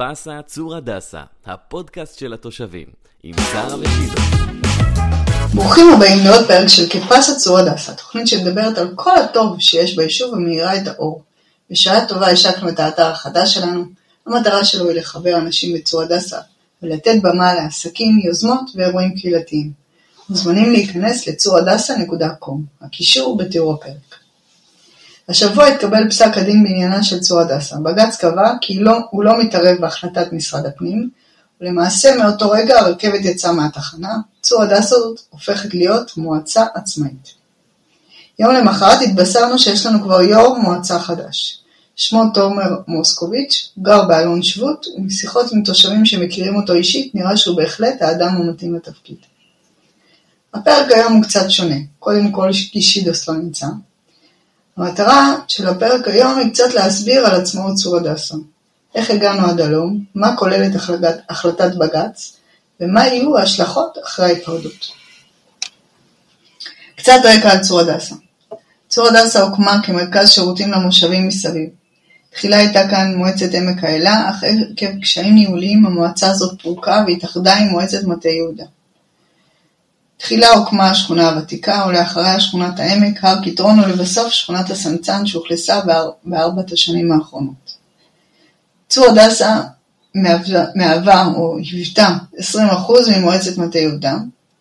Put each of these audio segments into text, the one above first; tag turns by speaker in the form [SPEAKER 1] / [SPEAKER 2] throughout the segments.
[SPEAKER 1] כפסה צור הדסה, הפודקאסט של התושבים, עם שרה ושידו.
[SPEAKER 2] ברוכים הבאים לעוד פרק של כפסה צור הדסה, תוכנית שמדברת על כל הטוב שיש ביישוב ומאירה את האור. בשעה טובה השקנו את האתר החדש שלנו, המטרה שלו היא לחבר אנשים בצור הדסה, ולתת במה לעסקים, יוזמות ואירועים קהילתיים. מוזמנים להיכנס לצוradasa.com, הקישור בתיאור הפרק. השבוע התקבל פסק הדין בעניינה של צור הדסה. בג"ץ קבע כי הוא לא מתערב בהחלטת משרד הפנים, ולמעשה מאותו רגע הרכבת יצאה מהתחנה, צור הדסה הופכת להיות מועצה עצמאית. יום למחרת התבשרנו שיש לנו כבר יו"ר מועצה חדש. שמו תומר מוסקוביץ', גר באלון שבות, ומשיחות עם תושבים שמכירים אותו אישית נראה שהוא בהחלט האדם המתאים לתפקיד. הפרק היום הוא קצת שונה, קודם כל כי שידוס לא נמצא. המטרה של הפרק היום היא קצת להסביר על עצמאות צור הדסה. איך הגענו עד הלום, מה כוללת החלטת בג"ץ, ומה יהיו ההשלכות אחרי ההיפרדות. קצת רקע על צור הדסה. צור הדסה הוקמה כמרכז שירותים למושבים מסביב. תחילה הייתה כאן מועצת עמק האלה, אך עקב קשיים ניהוליים המועצה הזאת פורקה והתאחדה עם מועצת מטה יהודה. תחילה הוקמה השכונה הוותיקה, ולאחריה שכונת העמק, הר כתרון, ולבסוף שכונת הסנצן שהוכלסה בארבעת השנים האחרונות. צור הדסה מהווה או היוותה 20% ממועצת מטה יהודה.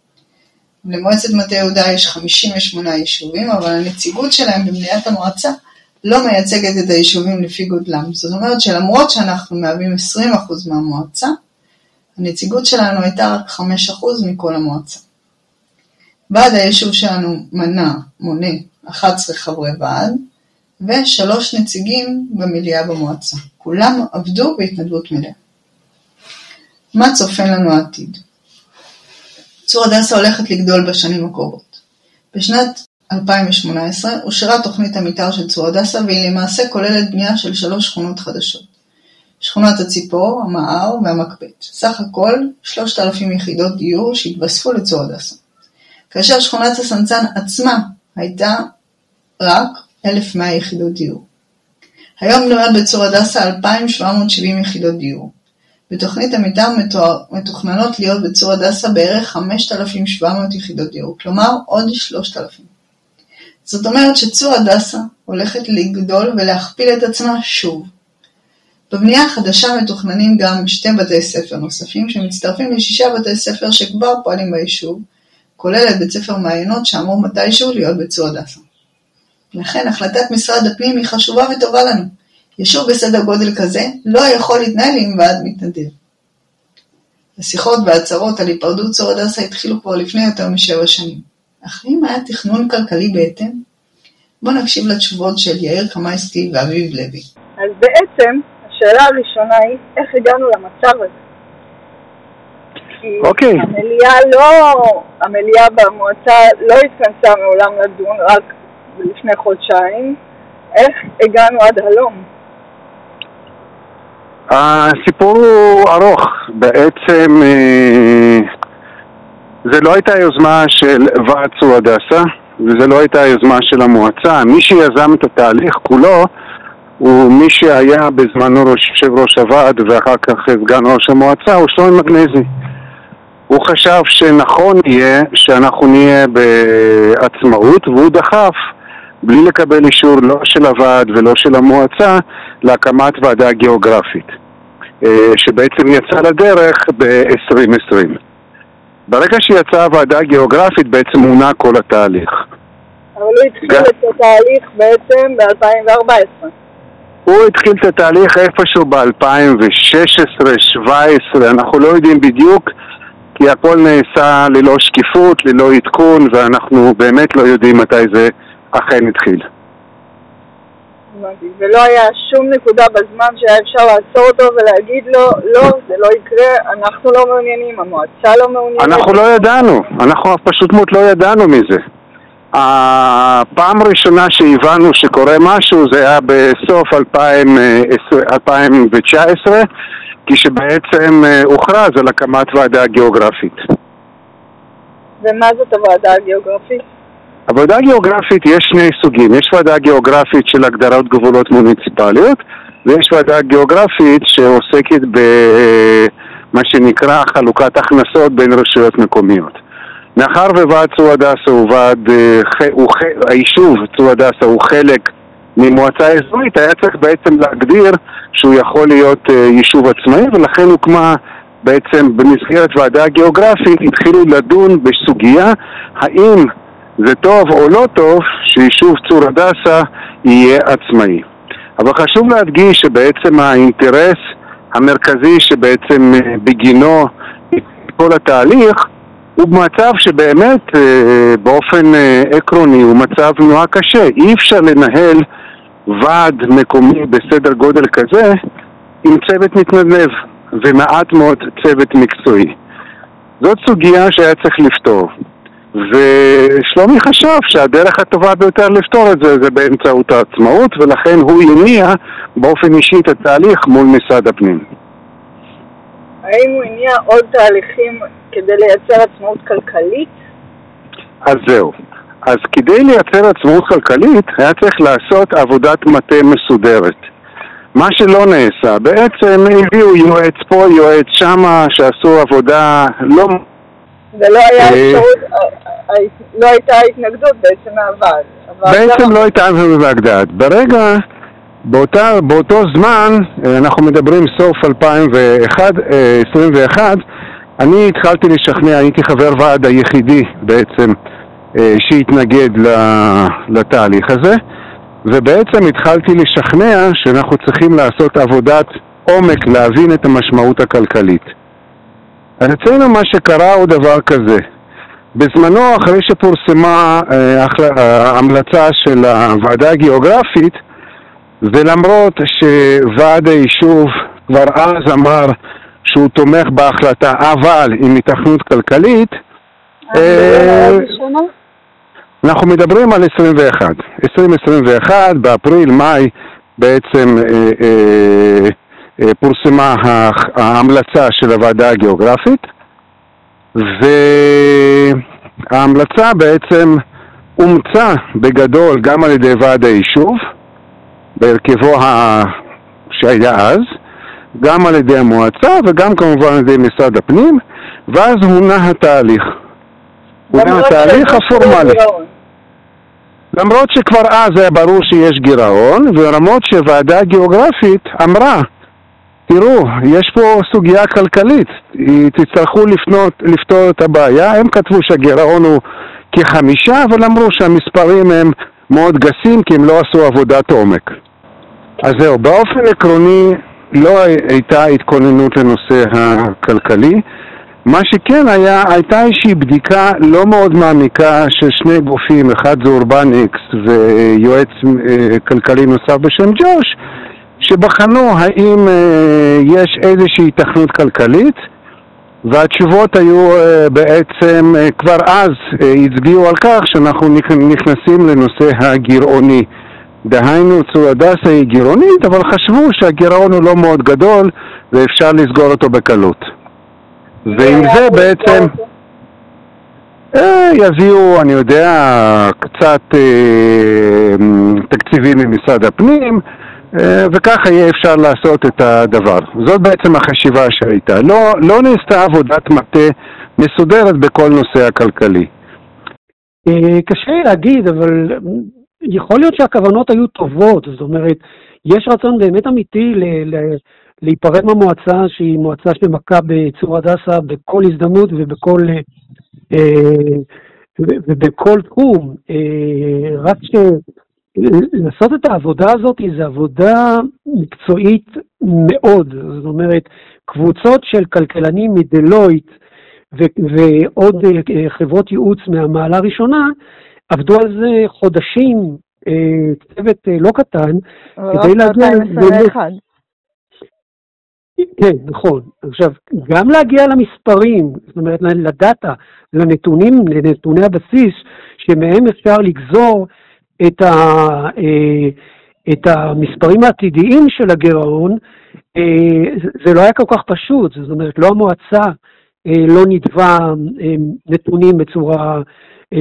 [SPEAKER 2] למועצת מטה יהודה יש 58 יישובים, אבל הנציגות שלהם במליאת המועצה לא מייצגת את היישובים לפי גודלם. זאת אומרת שלמרות שאנחנו מהווים 20% מהמועצה, הנציגות שלנו הייתה רק 5% מכל המועצה. ועד היישוב שלנו מונה 11 חברי ועד, ו3 נציגים במליאה במועצה. כולם עבדו בהתנדבות מלאה. מה צופן לנו העתיד? צור הדסה הולכת לגדול בשנים הקרובות. בשנת 2018 אושרה תוכנית המתאר של צור הדסה, והיא למעשה כוללת בנייה של 3 שכונות חדשות. שכונת הציפור, המער והמקפט. סך הכל 3,000 יחידות דיור שהתווספו לצור הדסה. כאשר שכונת הסנצן עצמה הייתה רק 1,100 יחידות דיור. היום בנויות בצור הדסה 2,770 יחידות דיור. בתוכנית המתאר מתוכננות להיות בצור הדסה בערך 5,700 יחידות דיור, כלומר עוד 3,000. זאת אומרת שצור הדסה הולכת לגדול ולהכפיל את עצמה שוב. בבנייה החדשה מתוכננים גם 2 בתי ספר נוספים שמצטרפים ל6 בתי ספר שכבר פועלים ביישוב, כולל את בית ספר מעיינות שאמור מתישהו להיות בצור הדסה. לכן החלטת משרד הפנים היא חשובה וטובה לנו. יישוב בסדר גודל כזה לא יכול להתנהל עם ועד מתנדב. השיחות והצהרות על היפרדות צור הדסה התחילו כבר לפני יותר מ7 שנים. אך אם היה תכנון כלכלי בהתאם? בואו נקשיב לתשובות של יאיר קמייסקי ואביב לוי.
[SPEAKER 3] אז בעצם השאלה הראשונה היא איך הגענו למצב הזה. כי המליאה במועצה לא התכנסה מעולם לדון, רק לפני חודשיים. איך הגענו עד הלום?
[SPEAKER 4] הסיפור הוא ארוך. בעצם זה לא הייתה יוזמה של ועד צור הדסה, וזה לא הייתה יוזמה של המועצה. מי שיזם את התהליך כולו הוא מי שהיה בזמנו יושב ראש הוועד ואחר כך סגן ראש המועצה, הוא שלומי מגנזי. הוא חשב שנכון יהיה שאנחנו נהיה בעצמאות, והוא דחף בלי לקבל אישור לא של הוועד ולא של המועצה להקמת ועדה גיאוגרפית, שבעצם יצאה לדרך ב-2020. ברגע שיצאה הוועדה הגיאוגרפית בעצם מונה כל התהליך.
[SPEAKER 3] אבל הוא התחיל את התהליך בעצם ב-2014.
[SPEAKER 4] הוא התחיל את התהליך איפשהו ב-2016-2017, אנחנו לא יודעים בדיוק, כי הכל נעשה ללא שקיפות, ללא עדכון, ואנחנו באמת לא יודעים מתי זה אכן התחיל.
[SPEAKER 3] ולא היה שום נקודה בזמן שהיה אפשר לעצור אותו ולהגיד לו, לא, זה לא יקרה, אנחנו לא מעוניינים, המועצה לא מעוניינת.
[SPEAKER 4] אנחנו לא ידענו, אנחנו פשוט מאוד לא ידענו מזה. הפעם הראשונה שהבנו שקורה משהו זה היה בסוף 2019, כשבעצם הוכרז על הקמת ועדה גיאוגרפית.
[SPEAKER 3] ומה זאת הוועדה הגיאוגרפית?
[SPEAKER 4] הוועדה הגיאוגרפית יש 2 סוגים. יש ועדה גיאוגרפית של הגדרת גבולות מוניציפליות, ויש ועדה גיאוגרפית שעוסקת במה שנקרא חלוקת הכנסות בין רשויות מקומיות. מאחר וועד צור הדסה הוא היישוב צור הדסה הוא חלק ממועצה אזורית, היה צריך בעצם להגדיר שהוא יכול להיות יישוב עצמאי, ולכן הוקמה בעצם במסגרת ועדה גיאוגרפית, התחילו לדון בסוגיה האם זה טוב או לא טוב שיישוב צור הדסה יהיה עצמאי. אבל חשוב להדגיש שבעצם האינטרס המרכזי שבעצם בגינו כל התהליך הוא מצב שבאמת באופן עקרוני הוא מצב נורא קשה. אי אפשר לנהל ועד מקומי בסדר גודל כזה עם צוות מתנדב ומעט מאוד צוות מקצועי. זאת סוגיה שהיה צריך לפתור. ושלומי חשב שהדרך הטובה ביותר לפתור את זה זה באמצעות העצמאות, ולכן הוא הניע באופן אישי את התהליך מול משרד הפנים.
[SPEAKER 3] האם הוא הניע עוד תהליכים כדי לייצר עצמאות כלכלית?
[SPEAKER 4] אז זהו. אז כדי לייצר עצמאות כלכלית היה צריך לעשות עבודת מטה מסודרת. מה שלא נעשה, בעצם הביאו יועץ פה, יועץ שמה, שעשו עבודה לא...
[SPEAKER 3] ולא היה אפשרות, לא הייתה התנגדות בעצם מהוועד.
[SPEAKER 4] בעצם לא הייתה התנגדות. ברגע, באותו זמן, אנחנו מדברים סוף 2021, אני התחלתי לשכנע, הייתי חבר ועד היחידי בעצם שהתנגד לתהליך הזה, ובעצם התחלתי לשכנע שאנחנו צריכים לעשות עבודת עומק להבין את המשמעות הכלכלית. אז אצלנו מה שקרה הוא דבר כזה. בזמנו, אחרי שפורסמה ההמלצה של הוועדה הגיאוגרפית, ולמרות שוועד היישוב כבר אז אמר שהוא תומך בהחלטה, אבל עם התכנות כלכלית, אנחנו מדברים על 2021, באפריל-מאי בעצם פורסמה ההמלצה של הוועדה הגיאוגרפית, וההמלצה בעצם אומצה בגדול גם על ידי ועד היישוב, בהרכבו שהיה אז, גם על ידי המועצה וגם כמובן על ידי משרד הפנים, ואז הונה התהליך. הונה התהליך הפורמלי. למרות שכבר אז היה ברור שיש גירעון, ולמרות שוועדה גיאוגרפית אמרה, תראו, יש פה סוגיה כלכלית, תצטרכו לפתור את הבעיה. הם כתבו שהגירעון הוא כ5, אבל אמרו שהמספרים הם מאוד גסים כי הם לא עשו עבודת עומק. אז זהו, באופן עקרוני לא הייתה התכוננות לנושא הכלכלי. מה שכן הייתה איזושהי בדיקה לא מאוד מעמיקה של שני גופים, אחד זה אורבניקס ויועץ כלכלי נוסף בשם ג'וש, שבחנו האם יש איזושהי התכנות כלכלית, והתשובות היו בעצם כבר אז הצביעו על כך שאנחנו נכנסים לנושא הגירעוני. דהיינו, צור הדסה היא גירעונית, אבל חשבו שהגירעון הוא לא מאוד גדול ואפשר לסגור אותו בקלות. ועם זה בעצם יביאו, אני יודע, קצת תקציבים ממשרד הפנים, וככה יהיה אפשר לעשות את הדבר. זאת בעצם החשיבה שהייתה. לא נעשתה עבודת מטה מסודרת בכל נושא הכלכלי.
[SPEAKER 5] קשה להגיד, אבל יכול להיות שהכוונות היו טובות. זאת אומרת, יש רצון באמת אמיתי להיפרד מהמועצה, שהיא מועצה שמכה בצור הדסה בכל הזדמנות ובכל תחום. רק לעשות את העבודה הזאת, זו עבודה מקצועית מאוד. זאת אומרת, קבוצות של כלכלנים מדלויט ועוד חברות ייעוץ מהמעלה הראשונה, עבדו על זה חודשים, צוות לא קטן, כדי להגיע... כן, נכון. עכשיו, גם להגיע למספרים, זאת אומרת, לדאטה, לנתוני הבסיס, שמהם אפשר לגזור את המספרים העתידיים של הגירעון, זה לא היה כל כך פשוט. זאת אומרת, לא המועצה לא נדבה נתונים בצורה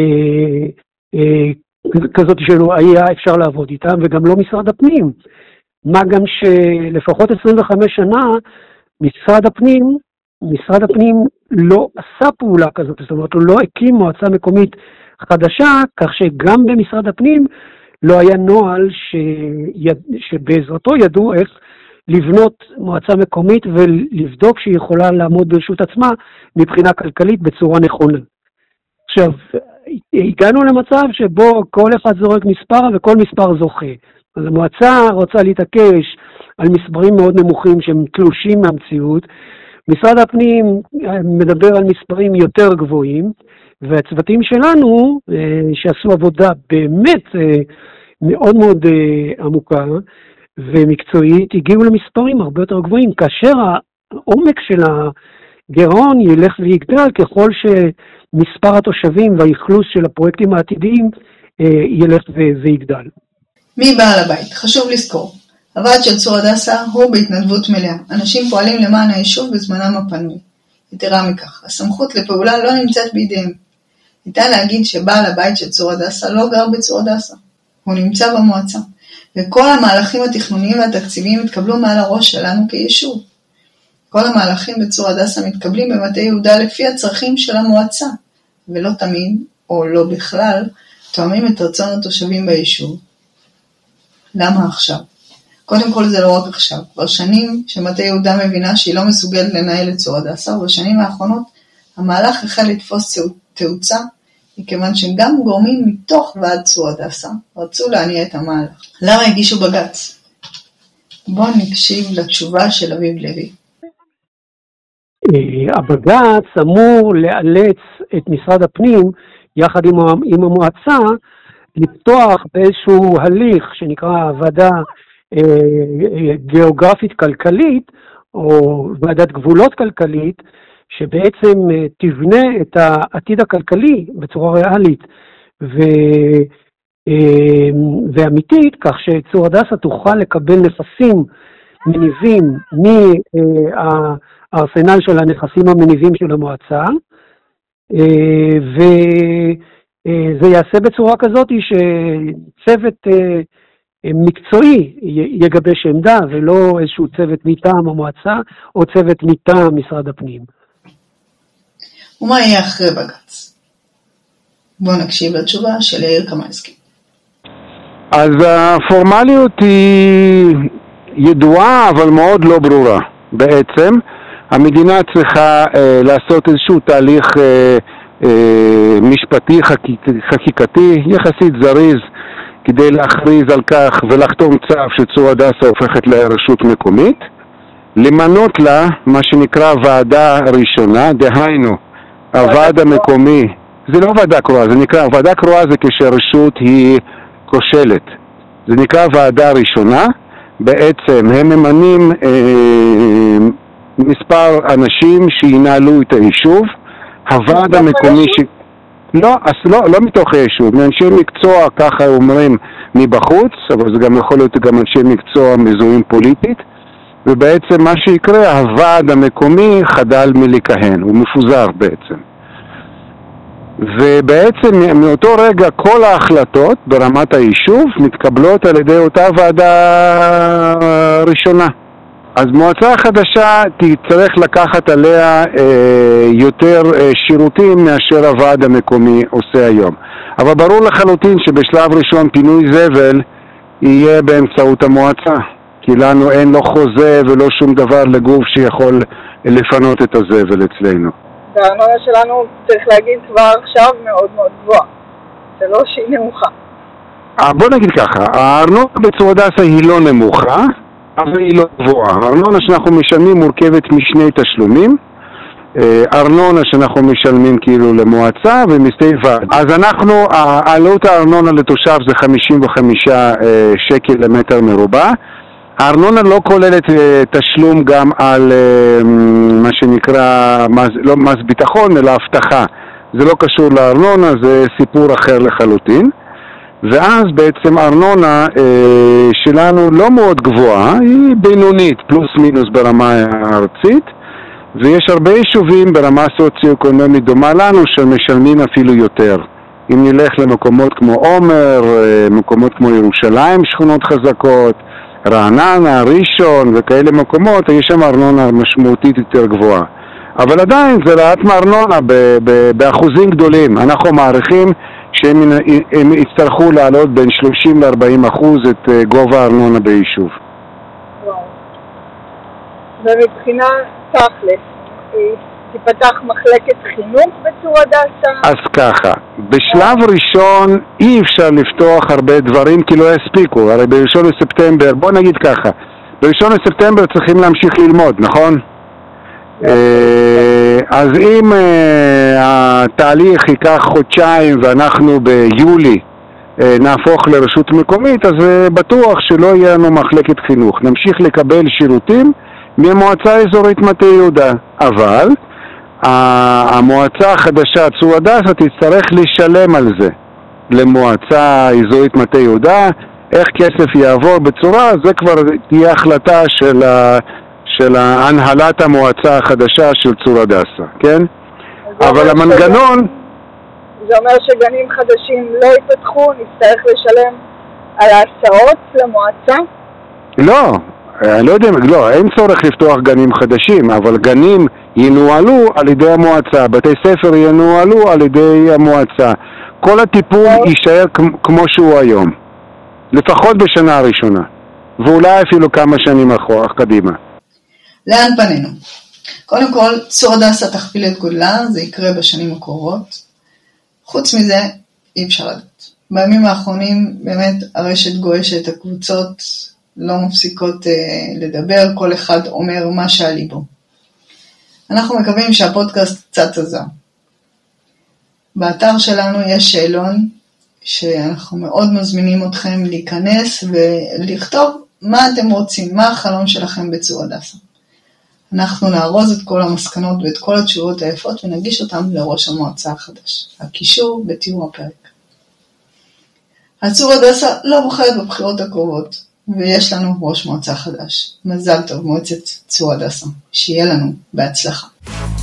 [SPEAKER 5] כזאת שלא היה אפשר לעבוד איתם, וגם לא משרד הפנים. מה גם שלפחות 25 שנה משרד הפנים לא עשה פעולה כזאת, זאת אומרת, הוא לא הקים מועצה מקומית חדשה, כך שגם במשרד הפנים לא היה נוהל שבעזרתו ידעו איך לבנות מועצה מקומית ולבדוק שהיא יכולה לעמוד ברשות עצמה מבחינה כלכלית בצורה נכונה. עכשיו, הגענו למצב שבו כל אחד זורק מספר וכל מספר זוכה. אז המועצה רוצה להתעקש על מספרים מאוד נמוכים שהם תלושים מהמציאות. משרד הפנים מדבר על מספרים יותר גבוהים, והצוותים שלנו, שעשו עבודה באמת מאוד מאוד עמוקה ומקצועית, הגיעו למספרים הרבה יותר גבוהים, כאשר העומק של הגירעון ילך ויגדל ככל שמספר התושבים והאכלוס של הפרויקטים העתידיים ילך ויגדל.
[SPEAKER 2] מי בעל הבית? חשוב לזכור. הוועד של צור הדסה הוא בהתנדבות מלאה. אנשים פועלים למען היישוב בזמנם הפנוי. יתרה מכך, הסמכות לפעולה לא נמצאת בידיהם. ניתן להגיד שבעל הבית של צור הדסה לא גר בצור הדסה. הוא נמצא במועצה. וכל המהלכים התכנוניים והתקציביים התקבלו מעל הראש שלנו כיישוב. כל המהלכים בצור הדסה מתקבלים במטה יהודה לפי הצרכים של המועצה, ולא תמיד, או לא בכלל, תואמים את רצון התושבים ביישוב. למה עכשיו? קודם כל זה לא רק עכשיו, כבר שנים שמטה יהודה מבינה שהיא לא מסוגלת לנהל את צור הדסה, ובשנים האחרונות המהלך החל לתפוס תאוצה, מכיוון שגם גורמים מתוך ועד צור הדסה רצו להניע את המהלך. למה הגישו בג"ץ? בואו נקשיב לתשובה של אביב לוי.
[SPEAKER 5] הבג"ץ אמור לאלץ את משרד הפנים, יחד עם המועצה, לפתוח באיזשהו הליך שנקרא ועדה גיאוגרפית כלכלית, או ועדת גבולות כלכלית, שבעצם תבנה את העתיד הכלכלי בצורה ריאלית ואמיתית, כך שצור הדסה תוכל לקבל נכסים מניבים מהארסנל של הנכסים המניבים של המועצה, וזה יעשה בצורה כזאת שצוות מקצועי יגבש עמדה, ולא איזשהו צוות מטעם המועצה או צוות מטעם משרד הפנים.
[SPEAKER 2] ומה יהיה אחרי בג"ץ? בואו נקשיב לתשובה של יאיר קמייסקי.
[SPEAKER 4] אז הפורמליות היא ידועה אבל מאוד לא ברורה. בעצם המדינה צריכה לעשות איזשהו תהליך משפטי חקיקתי יחסית זריז כדי להכריז על כך ולחתום צו שצור הדסה הופכת לרשות מקומית, למנות לה מה שנקרא ועדה ראשונה, דהיינו הוועד המקומי, זה לא ועדה קרואה, זה נקרא, ועדה קרואה זה כשהרשות היא כושלת, זה נקרא ועדה ראשונה. בעצם הם ממנים מספר אנשים שינהלו את היישוב, הוועד המקומי לא מתוך היישוב, מאנשי מקצוע, ככה אומרים, מבחוץ, אבל זה גם יכול להיות גם אנשי מקצוע מזוהים פוליטית, ובעצם מה שיקרה, הוועד המקומי חדל מלכהן, הוא מפוזר בעצם. ובעצם מאותו רגע כל ההחלטות ברמת היישוב מתקבלות על ידי אותה ועדה ראשונה. אז מועצה חדשה תצטרך לקחת עליה יותר שירותים מאשר הוועד המקומי עושה היום. אבל ברור לחלוטין שבשלב ראשון פינוי זבל יהיה באמצעות המועצה. כי לנו אין לו חוזה ולא שום דבר לגוף שיכול לפנות את הזבל אצלנו.
[SPEAKER 3] והארנונה שלנו, צריך להגיד, כבר עכשיו מאוד מאוד גבוהה. זה לא שהיא נמוכה.
[SPEAKER 4] בוא נגיד ככה, הארנונה בצור הדסה היא לא נמוכה, אבל היא לא גבוהה. הארנונה שאנחנו משלמים מורכבת משני תשלומים. ארנונה שאנחנו משלמים כאילו למועצה ומסתי ועד. אז אנחנו, עלות הארנונה לתושב זה 55 שקל למטר מרובע. הארנונה לא כוללת תשלום גם על מה שנקרא, לא מס ביטחון אלא הבטחה. זה לא קשור לארנונה, זה סיפור אחר לחלוטין. ואז בעצם הארנונה שלנו לא מאוד גבוהה, היא בינונית, פלוס מינוס ברמה הארצית, ויש הרבה יישובים ברמה סוציו-אקונומית דומה לנו שמשלמים אפילו יותר. אם נלך למקומות כמו עומר, מקומות כמו ירושלים, שכונות חזקות, רעננה, ראשון וכאלה מקומות, יש שם ארנונה משמעותית יותר גבוהה. אבל עדיין זה לעט מארנונה באחוזים גדולים. אנחנו מעריכים שהם יצטרכו לעלות בין 30 ל-40% את גובה הארנונה ביישוב.
[SPEAKER 3] ומבחינה תכלס, תפתח מחלקת חינוך בצור הדסה?
[SPEAKER 4] אז ככה, בשלב ראשון אי אפשר לפתוח הרבה דברים כי לא יספיקו. הרי ב1 לספטמבר, בוא נגיד ככה, ב1 לספטמבר צריכים להמשיך ללמוד, נכון? אז אם התהליך ייקח חודשיים ואנחנו ביולי נהפוך לרשות מקומית, אז בטוח שלא יהיה לנו מחלקת חינוך. נמשיך לקבל שירותים ממועצה אזורית מטה יהודה, אבל המועצה החדשה צור הדסה תצטרך לשלם על זה למועצה אזורית מטה יהודה. איך כסף יעבור בצורה, זה כבר תהיה החלטה של הנהלת המועצה החדשה של צור הדסה, כן? אבל המנגנון...
[SPEAKER 3] זה אומר שגנים חדשים לא יפתחו, נצטרך לשלם על ההסעות למועצה?
[SPEAKER 4] לא, אני לא יודע, לא, אין צורך לפתוח גנים חדשים, אבל גנים ינועלו על ידי המועצה, בתי ספר ינועלו על ידי המועצה. כל הטיפול יישאר כמו שהוא היום, לפחות בשנה הראשונה, ואולי אפילו כמה שנים אחורה, קדימה.
[SPEAKER 2] לאן פנינו? קודם כל, צור הדסה תכפיל את גודלה, זה יקרה בשנים הקרובות. חוץ מזה, אי אפשר לדעת. בימים האחרונים, באמת, הרשת גועשת, הקבוצות לא מפסיקות לדבר, כל אחד אומר מה שעל ליבו. אנחנו מקווים שהפודקאסט קצת עזר. באתר שלנו יש שאלון, שאנחנו מאוד מזמינים אתכם להיכנס ולכתוב מה אתם רוצים, מה החלום שלכם בצור הדסה. אנחנו נארוז את כל המסקנות ואת כל התשובות היפות ונגיש אותם לראש המועצה החדש. הקישור בתיאור הפרק. הצור הדסה לא בוחרת בבחירות הקרובות, ויש לנו ראש מועצה חדש. מזל טוב, מועצת צור הדסה. שיהיה לנו בהצלחה.